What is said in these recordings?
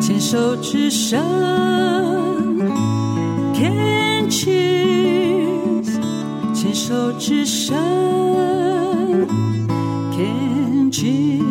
牵手之声 Can Cheers， 牵手之声 Can Cheers。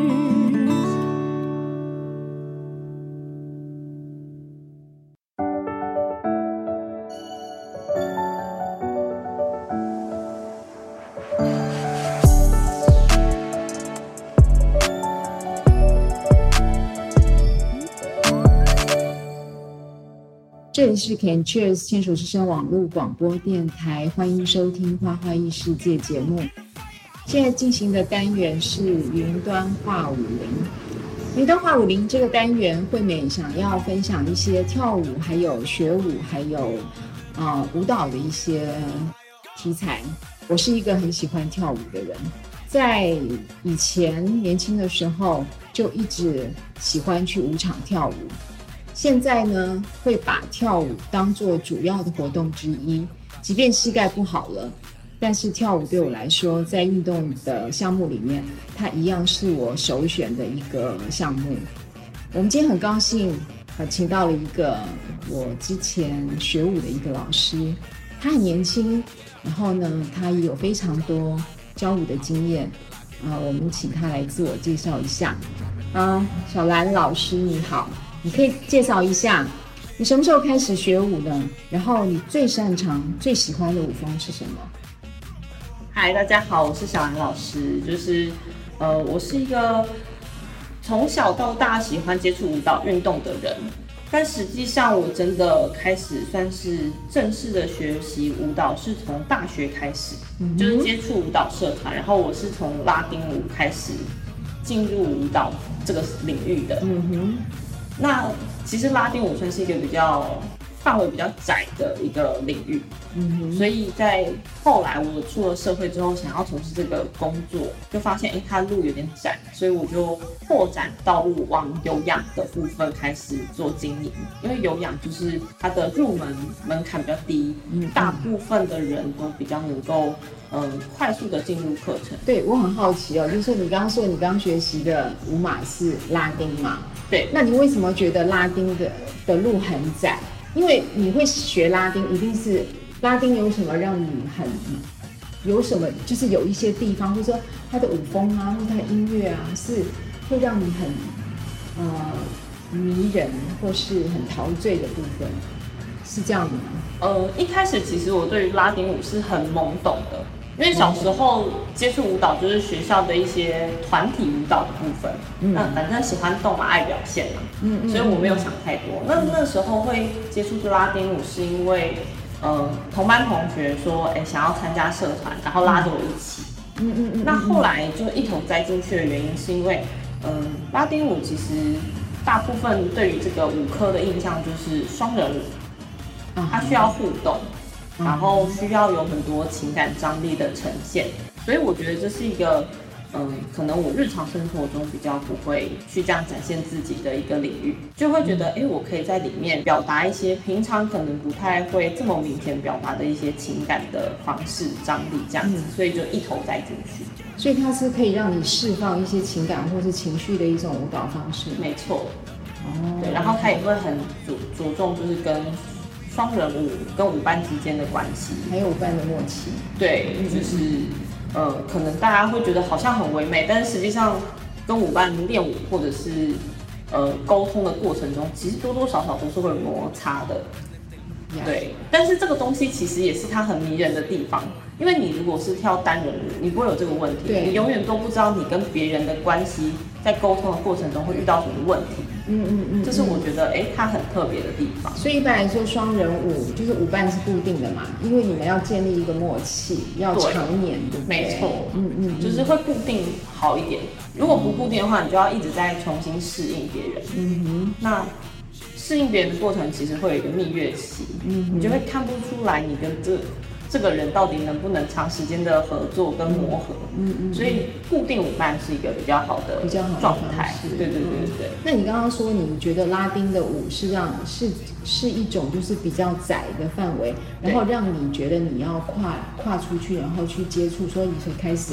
这里是 Can Cheers 牵手之声网络广播电台，欢迎收听花花异世界节目。现在进行的单元是云端话舞林。云端话舞林这个单元，惠美想要分享一些跳舞、还有学舞、还有舞蹈的一些题材。我是一个很喜欢跳舞的人，在以前年轻的时候就一直喜欢去舞场跳舞。现在呢，会把跳舞当作主要的活动之一，即便膝盖不好了，但是跳舞对我来说，在运动的项目里面，它一样是我首选的一个项目。我们今天很高兴，请到了一个我之前学舞的一个老师，他很年轻，然后呢，他也有非常多教舞的经验。我们请他来自我介绍一下。小兰老师你好。你可以介绍一下你什么时候开始学舞呢？然后你最擅长、最喜欢的舞风是什么？ 嗨，大家好，我是小兰老师。我是一个从小到大喜欢接触舞蹈运动的人，但实际上我真的开始算是正式的学习舞蹈是从大学开始，就是接触舞蹈社团，然后我是从拉丁舞开始进入舞蹈这个领域的。那其实拉丁舞算是一个比较范围比较窄的一个领域，所以在后来我出了社会之后，想要从事这个工作，就发现它路有点窄，所以我就拓展道路往有氧的部分开始做经营。因为有氧就是它的入门槛比较低，大部分的人都比较能够快速的进入课程。 对，我很好奇哦，就是你刚刚说你刚学习的舞码是拉丁嘛？ 对， 那你为什么觉得拉丁的路很窄？因为你会学拉丁，一定是拉丁有什么让你有什么，就是有一些地方，或者说它的舞风啊，或者它的音乐啊，是会让你很迷人，或是很陶醉的部分，是这样的吗？ 一开始其实我对于拉丁舞是很懵懂的。因为小时候接触舞蹈就是学校的一些团体舞蹈的部分，反正喜欢动嘛，爱表现嘛，所以我没有想太多。那时候会接触拉丁舞是因为，同班同学说，想要参加社团，然后拉着我一起。那后来就一头栽进去的原因是因为，拉丁舞其实大部分对于这个舞科的印象就是双人舞，它需要互动。然后需要有很多情感张力的呈现，所以我觉得这是一个，可能我日常生活中比较不会去这样展现自己的一个领域，就会觉得，我可以在里面表达一些平常可能不太会这么明显表达的一些情感的方式、张力这样子，所以就一头栽进去。 所以它是可以让你释放一些情感或是情绪的一种舞蹈方式。 没错。对，然后它也会很着重就是跟双人舞跟舞伴之间的关系， 还有舞伴的默契。 对，就是可能大家会觉得好像很唯美，但是实际上跟舞伴练舞或者是沟通的过程中，其实多多少少都是会有摩擦的。对，但是这个东西其实也是它很迷人的地方，因为你如果是跳单人舞，你不会有这个问题，你永远都不知道你跟别人的关系在沟通的过程中会遇到什么问题。这是我觉得它很特别的地方。 所以一般来说，双人舞就是舞伴是固定的嘛，因为你们要建立一个默契，要常年，对不对？ 没错，就是会固定好一点。如果不固定的话，你就要一直在重新适应别人。那适应别人的过程其实会有一个蜜月期，你就会看不出来你跟这个人到底能不能长时间的合作跟磨合。所以固定舞伴是一个比较好的状态。对。 那你刚刚说你觉得拉丁的舞是一种就是比较窄的范围，然后让你觉得你要跨出去，然后去接触，所以你才开始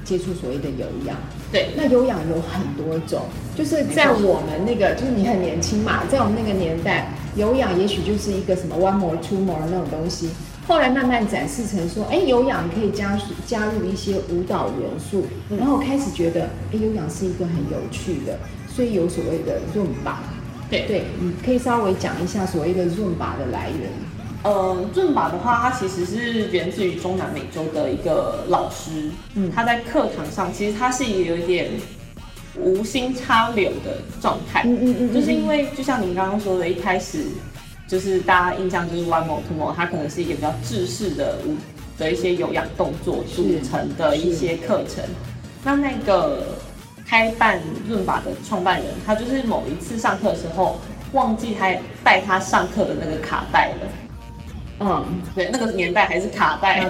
接触所谓的有氧。 对， 那有氧有很多种，就是在我们那个，就是你很年轻嘛，在我们那个年代，有氧也许就是一个什么 one more two more 那种东西，后来慢慢展示成说，有氧可以加入一些舞蹈元素，然后开始觉得，有氧是一个很有趣的，所以有所谓的Zumba。对，你可以稍微讲一下所谓的Zumba的来源。 Zumba的话，它其实是源自于中南美洲的一个老师，他在课堂上，其实他是有一点无心插柳的状态，就是因为就像您刚刚说的，一开始就是大家印象就是 one more two more， 它可能是一个比较制式的一些有氧动作组成的一些课程。那个开办Zumba的创办人，他就是某一次上课的时候忘记他带他上课的那个卡带了。对，那个年代还是卡带，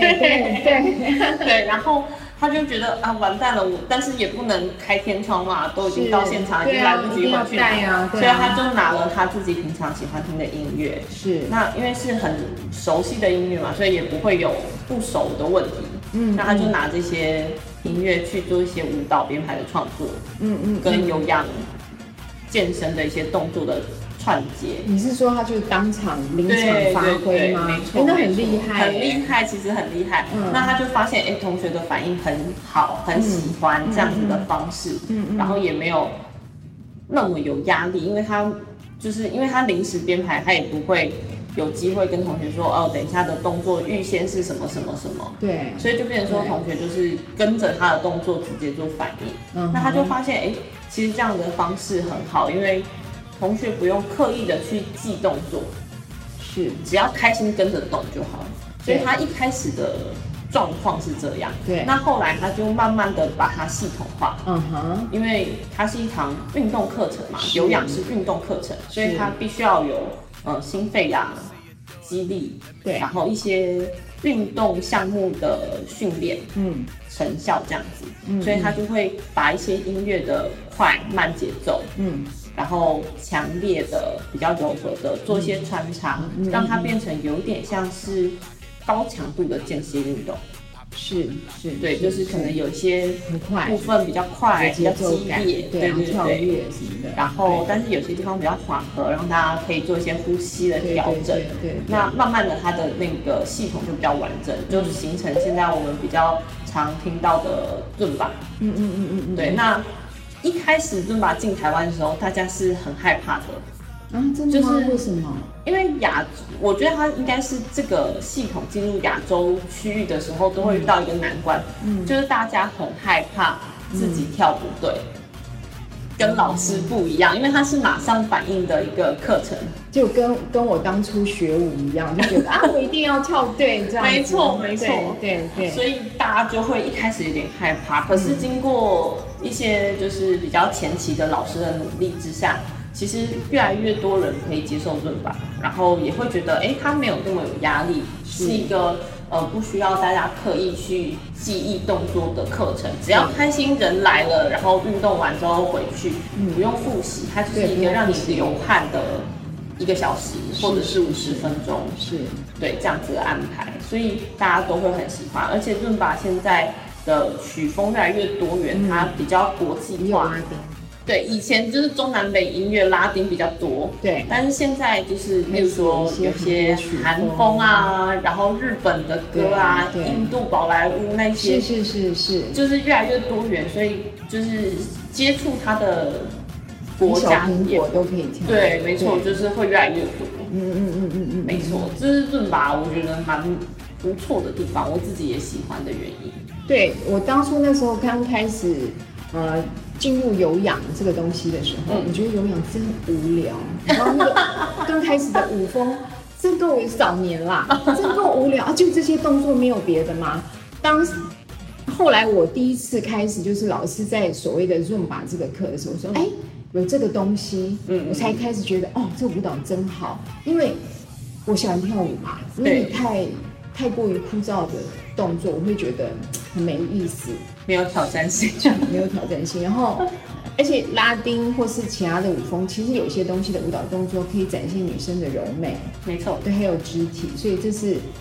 对，然后他就觉得完蛋了，但是也不能开天窗嘛，都已经到现场，已经来不及回去拿，所以他就拿了他自己平常喜欢听的音乐，那因为是很熟悉的音乐嘛，所以也不会有不熟的问题，那他就拿这些音乐去做一些舞蹈编排的创作，跟有氧健身的一些动作的串接。 你是说他就是当场临场发挥吗？ 没错， 那很厉害， 很厉害，其实很厉害。那他就发现，同学的反应很好，很喜欢这样子的方式，然后也没有那么有压力，因为他临时编排，他也不会有机会跟同学说，等一下的动作预先是什么什么什么。对，所以就变成说，同学就是跟着他的动作直接做反应。那他就发现，其实这样的方式很好，因为同学不用刻意的去记动作，只要开心跟着动就好了。所以他一开始的状况是这样，那后来他就慢慢的把它系统化，因为它是一堂运动课程嘛，有氧是运动课程，所以它必须要有心肺呀、肌力，然后一些运动项目的训练，成效这样子，所以他就会把一些音乐的快慢节奏，然后强烈的、比较柔和的做一些穿插，让它变成有点像是高强度的间歇运动。对，就是可能有一些部分比较快、比较激烈，对， 跳跃什么的。 然后，但是有些地方比较缓和，让大家可以做一些呼吸的调整。对。那慢慢的，它的那个系统就比较完整，就形成现在我们比较常听到的Zumba。对，那一开始Zumba进台湾的时候，大家是很害怕的。 真的吗？为什么？ 因为我觉得它应该是这个系统进入亚洲区域的时候，都会遇到一个难关，就是大家很害怕自己跳不对，跟老师不一样，因为它是马上反应的一个课程， 就跟我当初学舞一样，就觉得我一定要跳对这样子。 没错， 对， 所以大家就会一开始有点害怕，可是经过一些就是比较前期的老师的努力之下，其实越来越多人可以接受Zumba，然后也会觉得，它没有那么有压力，是一个不需要大家刻意去记忆动作的课程，只要开心人来了，然后运动完之后回去，不用复习，它就是一个让你流汗的1个小时或者是50分钟，对这样子的安排，所以大家都会很喜欢，而且Zumba现在的曲风越来越多元，它比较国际化。对，以前就是中南北音乐拉丁比较多，对，但是现在就是例如说有些韩风啊，然后日本的歌啊，印度宝莱坞那些，是，就是越来越多元，所以就是接触它的国家也都可以跳， 对，没错，就是会越来越多，没错，这是Zumba我觉得蛮不错的地方，我自己也喜欢的原因。 对，我当初那时候刚开始进入有氧这个东西的时候，我觉得有氧真无聊。然后那个刚开始的舞风真够我早年啦，真够无聊，就这些动作没有别的吗？后来我第一次开始就是老师在所谓的Zumba这个课的时候说，有这个东西，我才开始觉得这舞蹈真好，因为我喜欢跳舞嘛，因为太过于枯燥的动作，我会觉得很没意思， 没有挑战性， 然后，而且拉丁或是其他的舞风，其实有些东西的舞蹈动作可以展现女生的柔美， 没错， 对，还有肢体，所以这是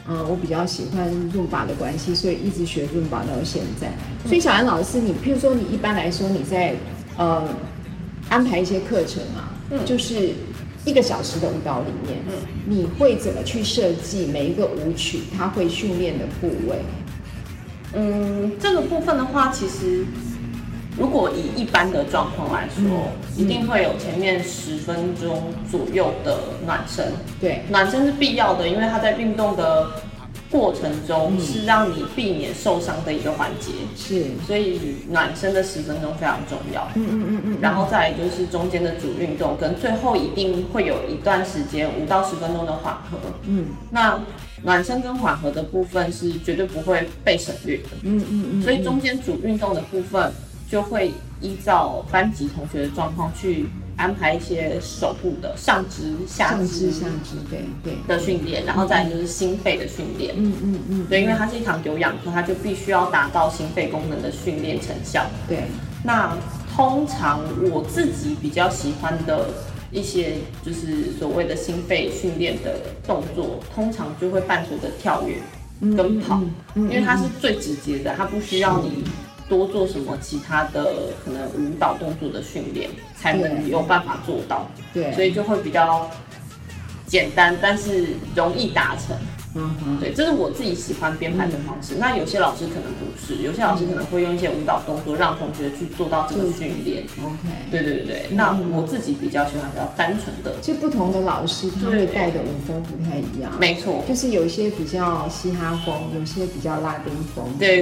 我比较喜欢Zumba的关系，所以一直学Zumba到现在。所以小安老师，你譬如说你一般来说你在安排一些课程啊，就是1个小时的舞蹈里面，你会怎么去设计每一个舞曲它会训练的部位？ 这个部分的话，其实如果以一般的状况来说，一定会有前面10分钟左右的暖身。对，暖身是必要的，因为它在运动的过程中是让你避免受伤的一个环节。是，所以暖身的10分钟非常重要。然后再来就是中间的主运动，跟最后一定会有一段时间5到10分钟的缓和。那暖身跟缓和的部分是绝对不会被省略的。所以中间主运动的部分就会依照班级同学的状况去安排一些手部的上肢、下肢对的训练，然后再来就是心肺的训练。对，因为它是一堂有氧课，它就必须要达到心肺功能的训练成效。对，那通常我自己比较喜欢的一些就是所谓的心肺训练的动作，通常就会伴随着跳跃跟跑，因为它是最直接的，它不需要你多做什么其他的可能舞蹈动作的训练才能有办法做到。对，所以就会比较简单，但是容易达成。对，这是我自己喜欢编排的方式。那有些老师可能不是，有些老师可能会用一些舞蹈动作让同学去做到这个训练。对。那我自己比较喜欢比较单纯的。就不同的老师他会带的舞风不太一样。没错，就是有一些比较嘻哈风，有些比较拉丁风。对。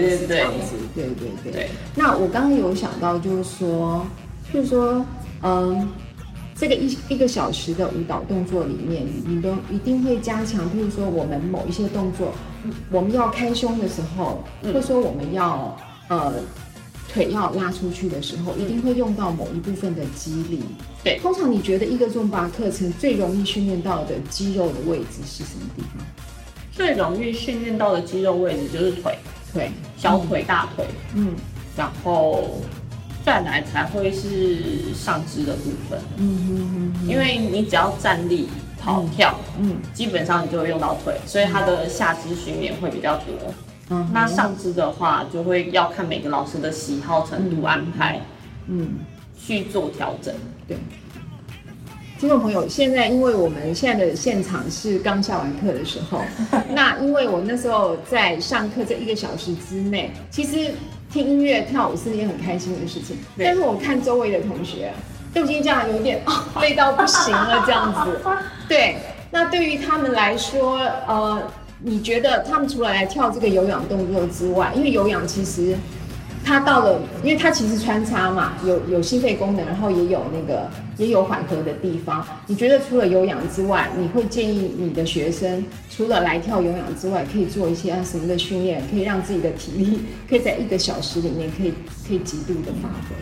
那我刚刚有想到就是说，这个一个小时的舞蹈动作里面，你都一定会加强，譬如说我们某一些动作，我们要开胸的时候，或者说我们要腿要拉出去的时候，一定会用到某一部分的肌力。对，通常你觉得一个Zumba课程最容易训练到的肌肉的位置是什么地方？最容易训练到的肌肉位置就是腿，小腿、大腿，然后再来才会是上肢的部分。因为你只要站立、跑、跳，基本上你就会用到腿，所以它的下肢训练会比较多。那上肢的话，就会要看每个老师的喜好程度安排，去做调整。对。听众朋友，现在因为我们现在的现场是刚下完课的时候，那因为我那时候在上课这1个小时之内，其实听音乐、跳舞是一件很开心的事情，但是我看周围的同学都已经这样有点累到不行了，这样子。对，那对于他们来说，你觉得他们除了来跳这个有氧动作之外，因为有氧其实它到了，因为它其实穿插嘛，有心肺功能，然后也有缓和的地方。你觉得除了有氧之外，你会建议你的学生除了来跳有氧之外，可以做一些什么的训练，可以让自己的体力可以在1个小时里面可以极度的发挥？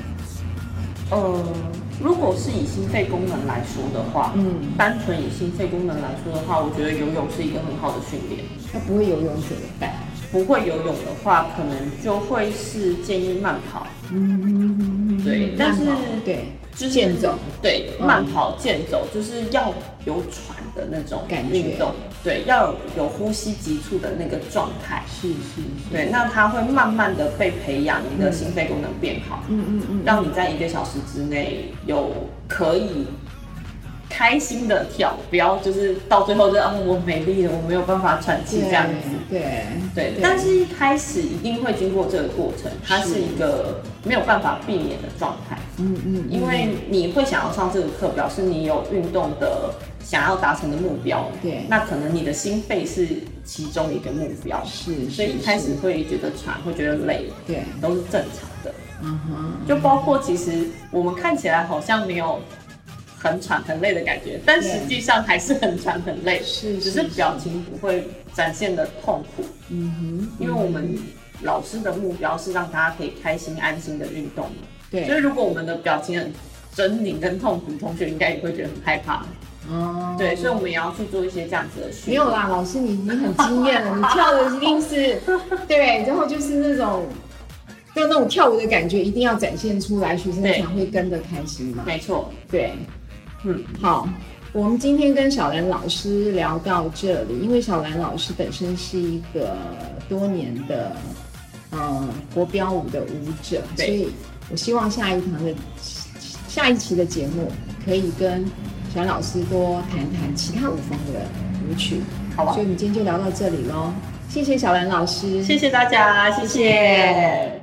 如果是以心肺功能来说的话，单纯以心肺功能来说的话，我觉得游泳是一个很好的训练。那不会游泳怎么办？不会游泳的话，可能就会是建议慢跑。对，但是对，就是健走，对，慢跑健走就是要有喘的那种运动，对，要有呼吸急促的那个状态。是。对，那它会慢慢的被培养，你的心肺功能变好，让你在1个小时之内有可以开心的跳，不要就是到最后就我没力了，我没有办法喘气这样子。对。但是一开始一定会经过这个过程，它是一个没有办法避免的状态。因为你会想要上这个课，表示你有运动的想要达成的目标。对。那可能你的心肺是其中一个目标。所以一开始会觉得喘，会觉得累，对，都是正常的。就包括其实我们看起来好像没有很喘很累的感觉，但实际上还是很喘很累，只是表情不会展现的痛苦。因为我们老师的目标是让大家可以开心安心的运动嘛。对，所以如果我们的表情很狰狞跟痛苦，同学应该也会觉得很害怕。对，所以我们也要去做一些这样子的训练。没有啦，老师你很惊艳了，你跳的一定是对，然后就是那种跳舞的感觉一定要展现出来，学生才会跟得开心嘛。没错，对。好， 我们今天跟小兰老师聊到这里，因为小兰老师本身是一个多年的国标舞的舞者，所以我希望下一期的节目可以跟小兰老师多谈谈其他舞风的舞曲。 好吧， 所以我们今天就聊到这里咯，谢谢小兰老师， 谢谢大家，谢谢。